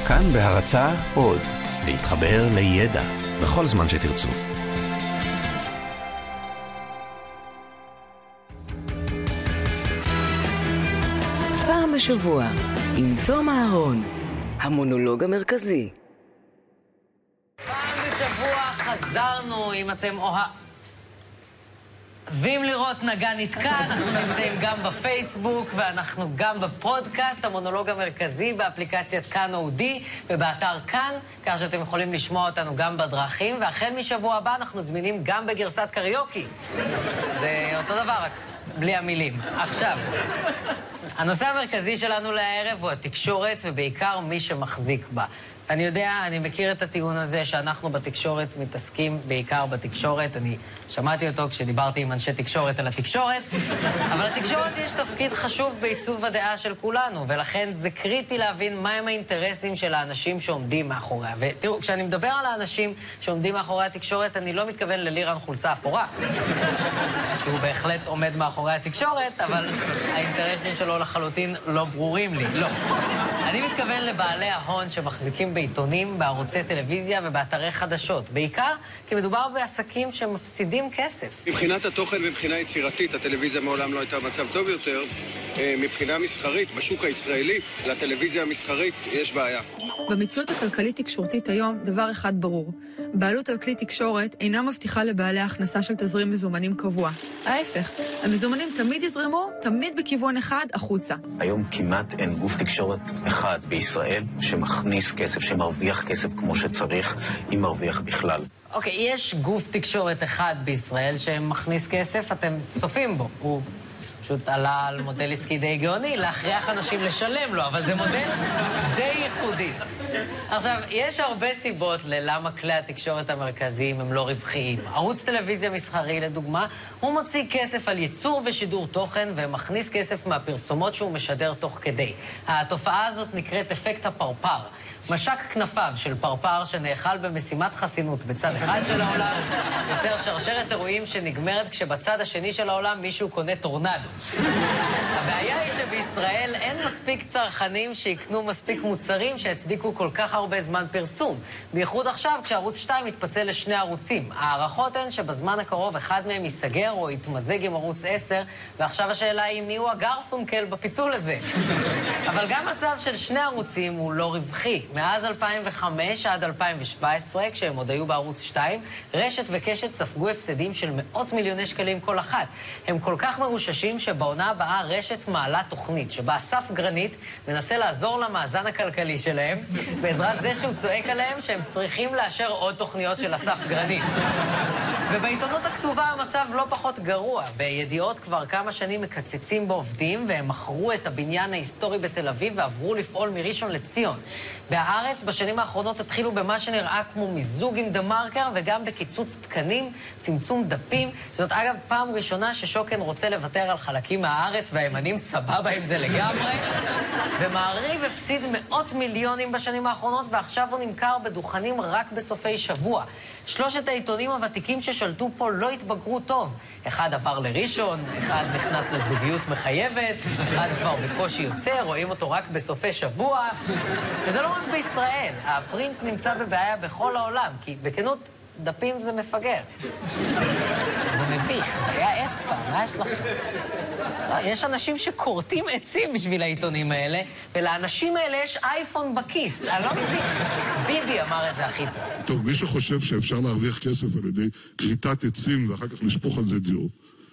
כאן בהרצאה עוד, להתחבר לידע בכל זמן שתרצו. פעם בשבוע עם תום אהרון, המונולוג המרכזי. פעם בשבוע חזרנו, אם אתם אוהבים לראות נגע נתקע, אנחנו נמצאים גם בפייסבוק ואנחנו גם בפודקאסט, המונולוג המרכזי באפליקציית כאן אודי ובאתר כאן, כך שאתם יכולים לשמוע אותנו גם בדרכים, והחל משבוע הבא אנחנו זמינים גם בגרסת קריוקי. זה אותו דבר, רק בלי המילים. עכשיו, הנושא המרכזי שלנו לערב הוא התקשורת ובעיקר מי שמחזיק בה. אני יודע, אני מכיר את הטיעון הזה שאנחנו בתקשורת מתעסקים בעיקר בתקשורת. אני שמעתי אותו כשדיברתי עם אנשי תקשורת על התקשורת, אבל לתקשורת יש תפקיד חשוב בעיצוב הדעה של כולנו, ולכן זה קריטי להבין מהם האינטרסים של האנשים שעומדים מאחוריה. ותראו, כשאני מדבר על האנשים שעומדים מאחורי התקשורת, אני לא מתכוון ללירן חולצה אפורה, שהוא בהחלט עומד מאחורי התקשורת, אבל האינטרסים שלו לחלוטין לא ברורים לי. לא. אני מתכוון לבעלי ההון שמחזיקים בעיתונים, בערוצי טלוויזיה ובאתרי חדשות. בעיקר כי מדובר בעסקים שמפסידים כסף. מבחינת התוכן ומבחינה יצירתית, הטלוויזיה מעולם לא הייתה במצב טוב יותר. מבחינה מסחרית, בשוק הישראלי, לטלוויזיה המסחרית יש בעיה. במציאות הכלכלית תקשורתית היום, דבר אחד ברור. בעלות על כלי תקשורת אינה מבטיחה לבעלי הכנסה של תזרים מזומנים קבוע. ההפך, המזומנים תמיד יזרמו, תמיד בכיוון אחד, החוצה. היום כמעט אין גוף תקשורת אחד בישראל שמכניס כסף, שמרוויח כסף כמו שצריך, אם מרוויח בכלל. אוקיי, יש גוף תקשורת אחד בישראל שמכניס כסף, אתם צופים בו. הוא פשוט עלה על מודל עסקי די גאוני, להכריח אנשים לשלם לו, אבל זה מודל די ייחודי. עכשיו, יש הרבה סיבות ללמה כלי התקשורת המרכזיים הם לא רווחיים. ערוץ טלוויזיה מסחרי, לדוגמה, הוא מוציא כסף על ייצור ושידור תוכן ומכניס כסף מהפרסומות שהוא משדר תוך כדי. התופעה הזאת נקראת אפקט הפרפר. משק כנפיו של פרפר שנאכל במשימת חסינות בצד אחד של העולם, יוצר שרשרת אירועים שנגמרת כשבצד השני של העולם מישהו קונה טורנדו. הבעיה היא שבישראל אין מספיק צרכנים שיקנו מספיק מוצרים שהצדיקו כל כך הרבה זמן פרסום. בייחוד עכשיו כשערוץ 2 מתפצל לשני ערוצים. הערכות הן שבזמן הקרוב אחד מהם ייסגר או יתמזג עם ערוץ 10, ועכשיו השאלה היא מי הוא הגרפונקל בפיצול הזה. אבל גם מצב של שני ערוצים הוא לא רווחי. מאז 2005 עד 2017, כשהם עוד היו בערוץ 2, רשת וקשת ספגו הפסדים של מאות מיליוני שקלים כל אחת. הם כל כך מרוששים שבעונה הבאה רשת מעלה תוכנית, שבה אסף גרנית מנסה לעזור למאזן הכלכלי שלהם, בעזרת זה שהוא צועק עליהם שהם צריכים לאשר עוד תוכניות של אסף גרנית. ובעיתונות הכתובה המצב לא פחות גרוע. בידיעות כבר כמה שנים מקצצים בעובדים, והם מכרו את הבניין ההיסטורי בתל אביב ועברו לפעול מראשון לציון. בהארץ בשנים האחרונות התחילו במה שנראה כמו מיזוג עם דה מרקר, וגם בקיצוץ תקנים, צמצום דפים. זאת אגב פעם ראשונה ששוקן רוצה לוותר על חלקים מהארץ, והימנים סבבה עם זה לגמרי. ומעריב הפסיד מאות מיליונים בשנים האחרונות, ועכשיו הוא נמכר בדוכנים רק בסופי שבוע. שלושת העיתונים הוותיקים ששלטו פה לא התבגרו טוב. אחד עבר לראשון, אחד נכנס לזוגיות מחייבת, אחד כבר בקושי יוצא, רואים אותו רק בסופי שבוע. וזה לא רק בישראל, הפרינט נמצא בבעיה בכל העולם, כי בכנות דפים זה מפגר. זה מביך, זה היה עץ פעם, מה יש לכם? לא, יש אנשים שקורטים עצים בשביל העיתונים האלה, ולאנשים האלה יש אייפון בכיס. אני לא מבין. ביבי אמר את זה הכי טוב. טוב, מי שחושב שאפשר להרוויח כסף על ידי כריתת עצים ואחר כך לשפוך על זה דיו,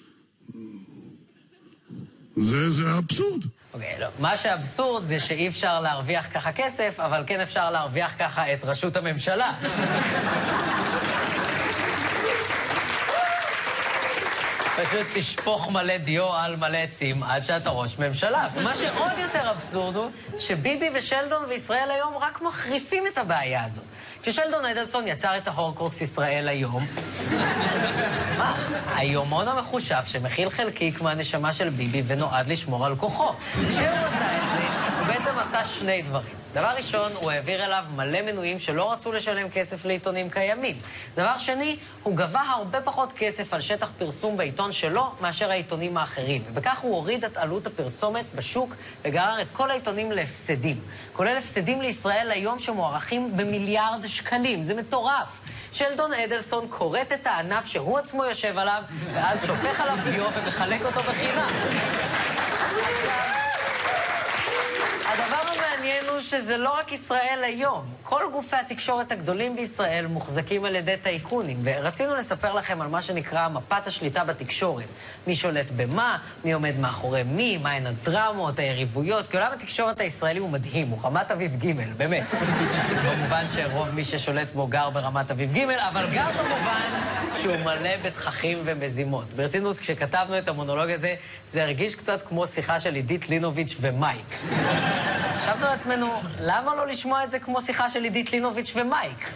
זה אבסורד. אוקיי, לא. מה שאבסורד זה שאי אפשר להרוויח ככה כסף, אבל כן אפשר להרוויח ככה את ראשות הממשלה. פשוט תשפוך מלא דיו על מלא עצים עד שאתה ראש ממשלה. ומה שעוד יותר אבסורד הוא שביבי ושלדון וישראל היום רק מחריפים את הבעיה הזאת. כששלדון אדלסון יצר את ההורקרוקס ישראל היום, מה? היומון המחושב שמכיל חלקיק מהנשמה של ביבי ונועד לשמור על כוחו. כשהוא עשה את זה, הוא בעצם עשה שני דברים. דבר ראשון, הוא העביר אליו מלא מנויים שלא רצו לשלם כסף לעיתונים קיימים. דבר שני, הוא גבה הרבה פחות כסף על שטח פרסום בעיתון שלו מאשר העיתונים האחרים. ובכך הוא הוריד את עלות הפרסומת בשוק וגרר את כל העיתונים להפסדים. כולל הפסדים לישראל היום שמוערכים במיליארד שקלים. זה מטורף. שלדון אדלסון קורט את הענף שהוא עצמו יושב עליו, ואז שופך עליו דיו ומחלק אותו בחינם. הדבר המעניין הוא שזה לא רק ישראל היום. כל גופי התקשורת הגדולים בישראל מוחזקים על ידי טייקונים, ורצינו לספר לכם על מה שנקרא מפת השליטה בתקשורת. מי שולט במה, מי עומד מאחורי מי, מהן הדרמות, היריבויות, כי עולם התקשורת הישראלי הוא מדהים, הוא רמת אביב ג', באמת. במובן שרוב מי ששולט בו גר ברמת אביב ג', אבל גם במובן שהוא מלא בתככים ומזימות. ברצינות, כשכתבנו את המונולוג הזה, זה הרגיש קצת כמו שיחה של עידית לינוביץ' ומייק. אז חשבנו לעצמנו, למה לא לשמוע את זה כמו שיחה של עידית לינוביץ' ומייק?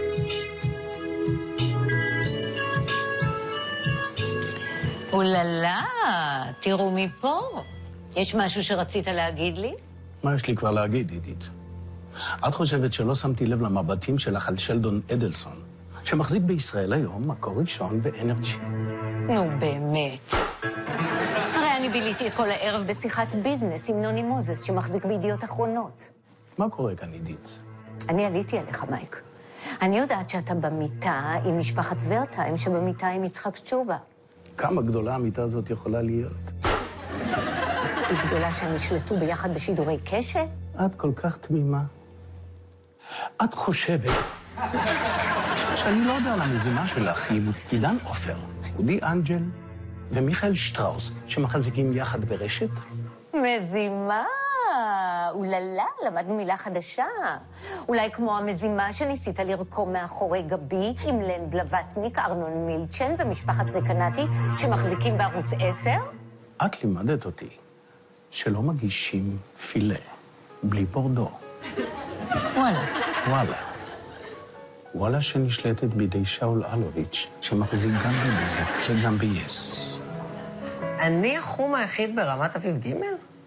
אוללה, תראו מפה. יש משהו שרצית להגיד לי? מה יש לי כבר להגיד, עידית? את חושבת שלא שמתי לב למבטים שלך על שלדון אדלסון, שמחזיק בישראל היום מקור ראשון ואנרג'י. נו, באמת. הרי אני ביליתי את כל הערב בשיחת ביזנס עם נוני מוזס, שמחזיק בידיעות אחרונות. מה קורה כאן, עידית? אני עליתי עליך, מייק. אני יודעת שאתה במיטה עם משפחת ורטיים, שבמיטה עם יצחק תשובה. כמה גדולה המיטה הזאת יכולה להיות? מספיק גדולה שהם ישלטו ביחד בשידורי קשת? את כל כך תמימה. את חושבת שאני לא יודע על המזימה שלך עם עידן עופר, אודי אנג'ל ומיכאל שטראוס, שמחזיקים יחד ברשת? מזימה! אוללה, למדנו מילה חדשה. אולי כמו המזימה שניסית לרקום מאחורי גבי עם לנד לבטניק, ארנון מילצ'ן ומשפחת ריקנטי שמחזיקים בערוץ 10? את לימדת אותי שלא מגישים פילה בלי בורדו. וואלה. וואלה. וואלה שנשלטת בידי שאול אלוביץ', שמחזיק גם בבזק וגם ביס. אני החום היחיד ברמת אביב ג'?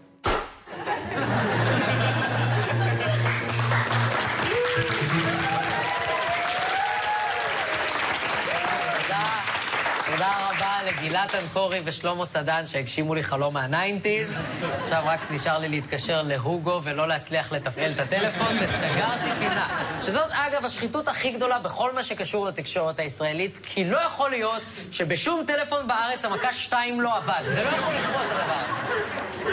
תודה רבה לגילת אנקורי ושלמה סדן שהגשימו לי חלום מה-90s. עכשיו רק נשאר לי להתקשר להוגו ולא להצליח לתפעל את הטלפון, וסגרתי פינה. שזאת, אגב, השחיתות הכי גדולה בכל מה שקשור לתקשורת הישראלית, כי לא יכול להיות שבשום טלפון בארץ המכה 2 לא עבד. זה לא יכול לקרות הדבר הזה.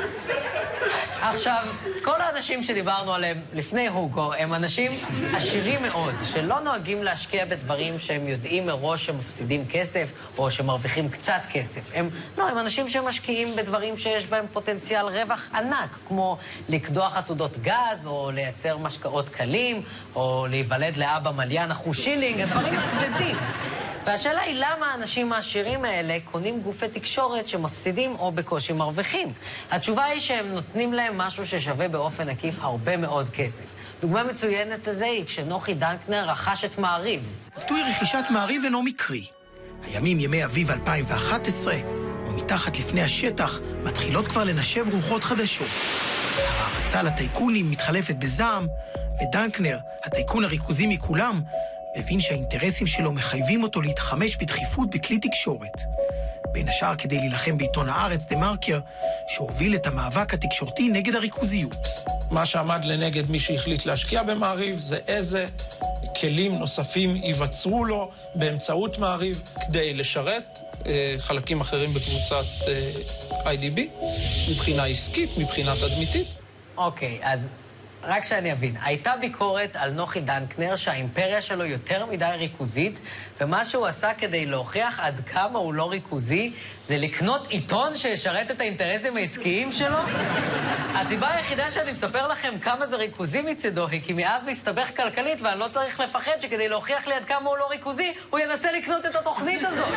עכשיו, כל האנשים שדיברנו עליהם לפני הוגו הם אנשים עשירים מאוד, שלא נוהגים להשקיע בדברים שהם יודעים מראש שמפסידים כסף או שמרוויחים קצת כסף. הם אנשים שמשקיעים בדברים שיש בהם פוטנציאל רווח ענק, כמו לקדוח עתודות גז או לייצר משקאות קלים או להיוולד לאבא מליין החושילינג, הדברים הכבדים. והשאלה היא למה האנשים העשירים האלה קונים גופי תקשורת שמפסידים או בקושי מרוויחים. התשובה היא שהם נותנים להם משהו ששווה באופן עקיף הרבה מאוד כסף. דוגמה מצוינת לזה היא כשנוחי דנקנר רכש את מעריב. עיתוי רכישת מעריב אינו מקרי. הימים ימי אביב 2011, ומתחת לפני השטח מתחילות כבר לנשב רוחות חדשות. ההרצה לטייקונים מתחלפת בזעם, ודנקנר, הטייקון הריכוזי מכולם, מבין שהאינטרסים שלו מחייבים אותו להתחמש בדחיפות בכלי תקשורת. בין השאר כדי להילחם בעיתון הארץ, דה מרקר, שהוביל את המאבק התקשורתי נגד הריכוזיות. מה שעמד לנגד מי שהחליט להשקיע במעריב זה איזה כלים נוספים ייווצרו לו באמצעות מעריב כדי לשרת חלקים אחרים בקבוצת IDB, מבחינה עסקית, מבחינה תדמיתית. אוקיי, אז רק שאני אבין, הייתה ביקורת על נוחי דנקנר שהאימפריה שלו יותר מדי ריכוזית, ומה שהוא עשה כדי להוכיח עד כמה הוא לא ריכוזי, זה לקנות עיתון שישרת את האינטרסים העסקיים שלו? הסיבה היחידה שאני מספר לכם כמה זה ריכוזי מצדו, היא כי מאז הוא הסתבך כלכלית, ואני לא צריך לפחד שכדי להוכיח לי עד כמה הוא לא ריכוזי, הוא ינסה לקנות את התוכנית הזאת.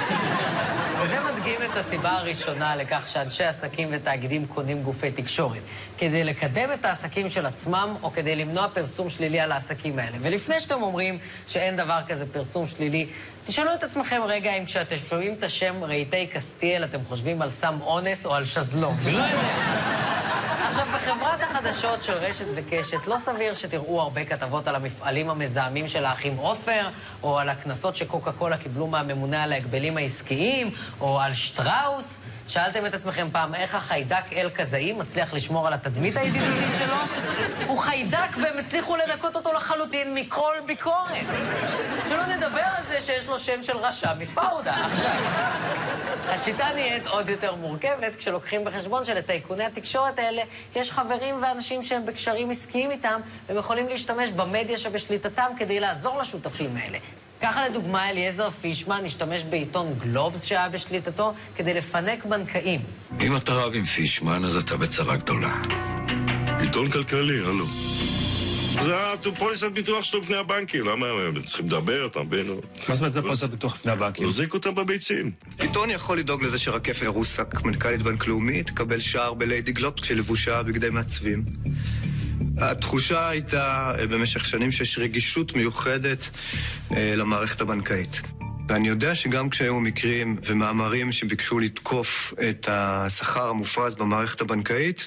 וזה מדגים את הסיבה הראשונה לכך שאנשי עסקים ותאגידים קונים גופי תקשורת, כדי לקדם את העסקים של עצמם, או כדי למנוע פרסום שלילי על העסקים האלה. ולפני שאתם אומרים שאין דבר כזה פרסום שלילי, תשאלו את עצמכם רגע אם כשאתם שומעים את השם רהיטי קסטיאל, אתם חושבים על סם אונס או על שזלום. לא יודע. עכשיו, בחברת החדשות של רשת וקשת לא סביר שתראו הרבה כתבות על המפעלים המזהמים של האחים עופר, או על הכנסות שקוקה קולה קיבלו מהממונה על ההגבלים העסקיים, או על שטראוס. שאלתם את עצמכם פעם איך החיידק אל-קזאי מצליח לשמור על התדמית הידידותית שלו? הוא חיידק והם הצליחו לדקות אותו לחלוטין מכל ביקורת. שלא נדבר על זה שיש לו שם של רשע מפאודה. עכשיו, השיטה נהיית עוד יותר מורכבת כשלוקחים בחשבון שלטייקוני התקשורת האלה יש חברים ואנשים שהם בקשרים עסקיים איתם, והם יכולים להשתמש במדיה שבשליטתם כדי לעזור לשותפים האלה. ככה לדוגמה אליעזר פישמן השתמש בעיתון גלובס שהיה בשליטתו כדי לפנק בנקאים. אם אתה רב עם פישמן אז אתה בצרה גדולה. עיתון כלכלי, הלו. זה פוליסת ביטוח שלו בפני הבנקים, למה הם צריכים לדבר, תבינו? מה זאת אומרת זה פוליסת ביטוח בפני הבנקים? להזריק אותם בביצים. עיתון יכול לדאוג לזה שרקפת רוסק, מנכ"לית בנק לאומי, תקבל שער בליידי גלובס כשלבושה בגדי מעצבים. התחושה הייתה במשך שנים שיש רגישות מיוחדת למערכת הבנקאית. ואני יודע שגם כשהיו מקרים ומאמרים שביקשו לתקוף את השכר המופרז במערכת הבנקאית,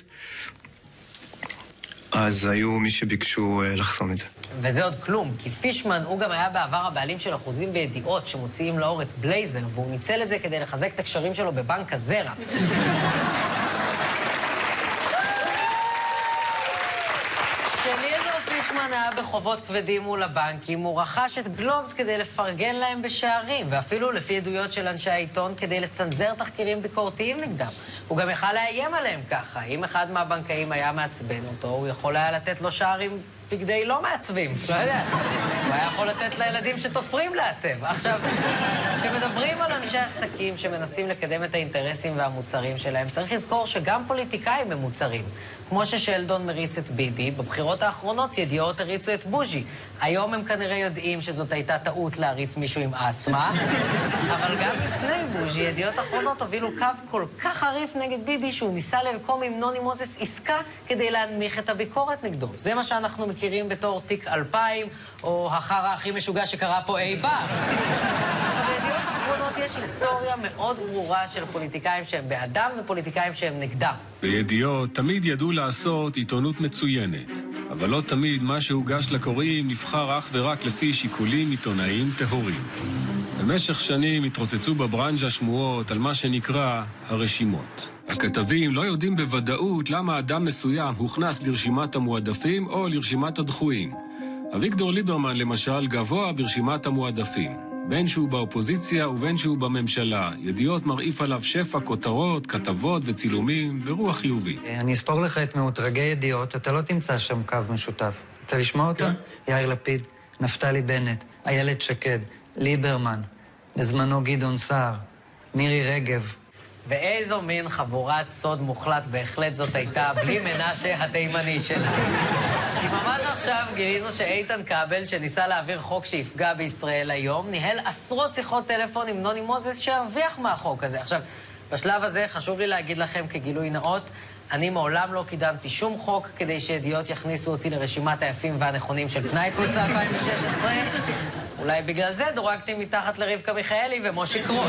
אז היו מי שביקשו לחסום את זה. וזה עוד כלום, כי פישמן הוא גם היה בעבר הבעלים של אחוזים בידיעות שמוציאים לאור את בלייזר, והוא ניצל את זה כדי לחזק את הקשרים שלו בבנק הזרע. פישמן היה בחובות כבדים מול הבנקים, הוא רכש את גלובס כדי לפרגן להם בשערים, ואפילו לפי עדויות של אנשי העיתון כדי לצנזר תחקירים ביקורתיים נגדם. הוא גם יכל לאיים עליהם ככה. אם אחד מהבנקאים היה מעצבן אותו, הוא יכול היה לתת לו שערים בגדי לא מעצבים. לא יודע. הוא היה יכול לתת לילדים שתופרים לעצב. עכשיו, כשמדברים על אנשי עסקים שמנסים לקדם את האינטרסים והמוצרים שלהם, צריך לזכור שגם פוליטיקאים הם מוצרים. כמו ששלדון מריץ את ביבי, בבחירות האחרונות ידיעות הריצו את בוז'י. היום הם כנראה יודעים שזאת הייתה טעות להריץ מישהו עם אסתמה, אבל גם לפני בוז'י, ידיעות אחרונות הובילו קו כל כך חריף נגד ביבי, שהוא ניסה לרקום עם נוני מוזס עסקה כדי להנמיך את הביקורת נגדו. זה מה שאנחנו מכירים בתור תיק 2000, או החרא הכי משוגע שקרה פה אי פעם. עכשיו, בידיעות האחרונות יש היסטוריה מאוד ברורה של פוליטיקאים שהם בעדם ופוליטיקאים שהם נגדם. בידיעות תמיד ידעו לעשות עיתונות מצוינת, אבל לא תמיד מה שהוגש לקוראים נבחר אך ורק לפי שיקולים עיתונאיים טהורים. במשך שנים התרוצצו בברנז'ה שמועות על מה שנקרא הרשימות. הכתבים לא יודעים בוודאות למה אדם מסוים הוכנס לרשימת המועדפים או לרשימת הדחויים. אביגדור ליברמן למשל גבוה ברשימת המועדפים. בין שהוא באופוזיציה ובין שהוא בממשלה. ידיעות מרעיף עליו שפע כותרות, כתבות וצילומים ברוח חיובית. אני אספור לך את מאותרגי ידיעות, אתה לא תמצא שם קו משותף. רוצה לשמוע אותם? יאיר לפיד, נפתלי בנט, איילת שקד, ליברמן, בזמנו גדעון סער, מירי רגב. ואיזו מין חבורת סוד מוחלט בהחלט זאת הייתה, בלי מנשה התימני שלה. כי ממש עכשיו גילינו שאיתן כבל, שניסה להעביר חוק שיפגע בישראל היום, ניהל עשרות שיחות טלפון עם נוני מוזס שהרוויח מהחוק הזה. עכשיו, בשלב הזה חשוב לי להגיד לכם כגילוי נאות, אני מעולם לא קידמתי שום חוק כדי שידיעות יכניסו אותי לרשימת היפים והנכונים של פנאי פלוס 2016. אולי בגלל זה דורגתי מתחת לרבקה מיכאלי ומושי קרוט.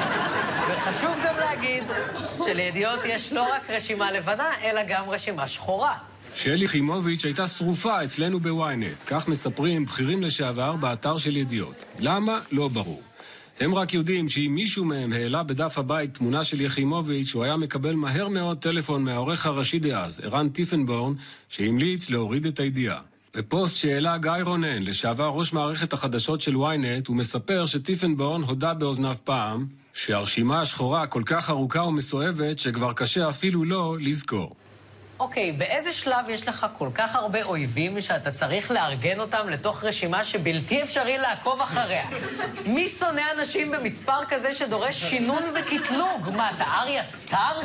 וחשוב גם להגיד שלידיעות יש לא רק רשימה לבנה, אלא גם רשימה שחורה. שלי יחימוביץ' הייתה שרופה אצלנו בוויינט. כך מספרים בכירים לשעבר באתר של ידיעות. למה? לא ברור. הם רק יודעים שאם מישהו מהם העלה בדף הבית תמונה של יחימוביץ', הוא היה מקבל מהר מאוד טלפון מהעורך הראשי דאז, ערן טיפנבורן, שהמליץ להוריד את הידיעה. בפוסט שהעלה גיא רונן, לשעבר ראש מערכת החדשות של וויינט, הוא מספר שטיפנבורן הודה באוזניו פעם שהרשימה השחורה כל כך ארוכה ומסואבת שכבר קשה אפילו לא לזכור. אוקיי, באיזה שלב יש לך כל כך הרבה אויבים שאתה צריך לארגן אותם לתוך רשימה שבלתי אפשרי לעקוב אחריה? מי שונא אנשים במספר כזה שדורש שינון וקטלוג? מה, אתה אריה סטארק?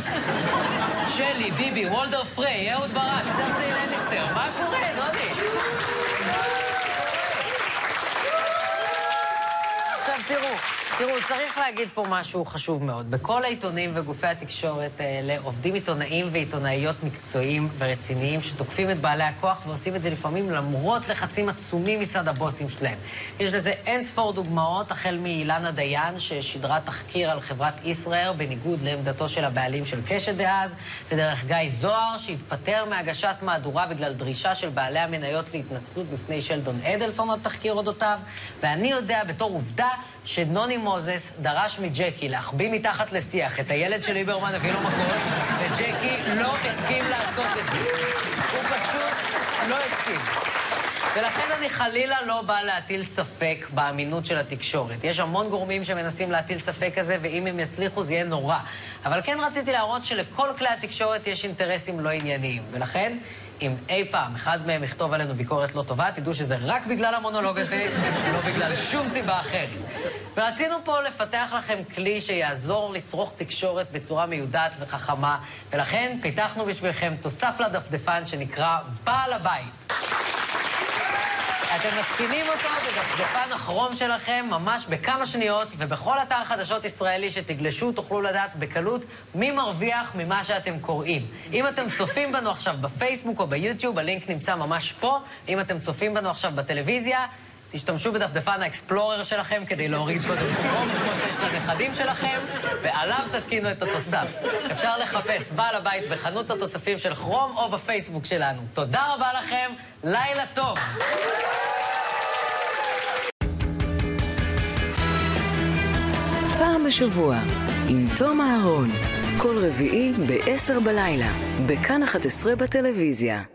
שלי, ביבי, וולדר פריי, אהוד ברק, סרסי לניסטר, מה קורה, נודי? עכשיו תראו, תראו, צריך להגיד פה משהו חשוב מאוד. בכל העיתונים וגופי התקשורת האלה עובדים עיתונאים ועיתונאיות מקצועיים ורציניים שתוקפים את בעלי הכוח ועושים את זה לפעמים למרות לחצים עצומים מצד הבוסים שלהם. יש לזה אין ספור דוגמאות, החל מאילנה דיין ששידרה תחקיר על חברת ישראייר בניגוד לעמדתו של הבעלים של קשת דאז, ודרך גיא זוהר שהתפטר מהגשת מהדורה בגלל דרישה של בעלי המניות להתנצלות בפני שלדון אדלסון על תחקיר אודותיו. ואני יודע בתור עובדה שנוני מוזס דרש מג'קי להחביא מתחת לשיח את הילד של ליברמן הביא לו מכות, וג'קי לא הסכים לעשות את זה. הוא פשוט לא הסכים. ולכן אני חלילה לא בא להטיל ספק באמינות של התקשורת. יש המון גורמים שמנסים להטיל ספק כזה, ואם הם יצליחו זה יהיה נורא. אבל כן רציתי להראות שלכל כלי התקשורת יש אינטרסים לא ענייניים. ולכן, אם אי פעם אחד מהם יכתוב עלינו ביקורת לא טובה, תדעו שזה רק בגלל המונולוג הזה, לא בגלל שום סיבה אחרת. ורצינו פה לפתח לכם כלי שיעזור לצרוך תקשורת בצורה מיודעת וחכמה, ולכן פיתחנו בשבילכם תוסף לדפדפן שנקרא בעל הבית. אתם מתקינים אותו בדפדפן הכרום שלכם ממש בכמה שניות, ובכל אתר חדשות ישראלי שתגלשו תוכלו לדעת בקלות מי מרוויח ממה שאתם קוראים. אם אתם צופים בנו עכשיו בפייסבוק או ביוטיוב, הלינק נמצא ממש פה. אם אתם צופים בנו עכשיו בטלוויזיה, תשתמשו בדפדפן האקספלורר שלכם כדי להוריד קודם כרום, כמו שיש לנכדים שלכם, ועליו תתקינו את התוסף. אפשר לחפש בעל הבית בחנות התוספים של כרום או בפייסבוק שלנו. תודה רבה לכם, לילה טוב. פעם בשבוע, עם תום אהרון, כל רביעי ב-10 בלילה, בכאן 11 בטלוויזיה.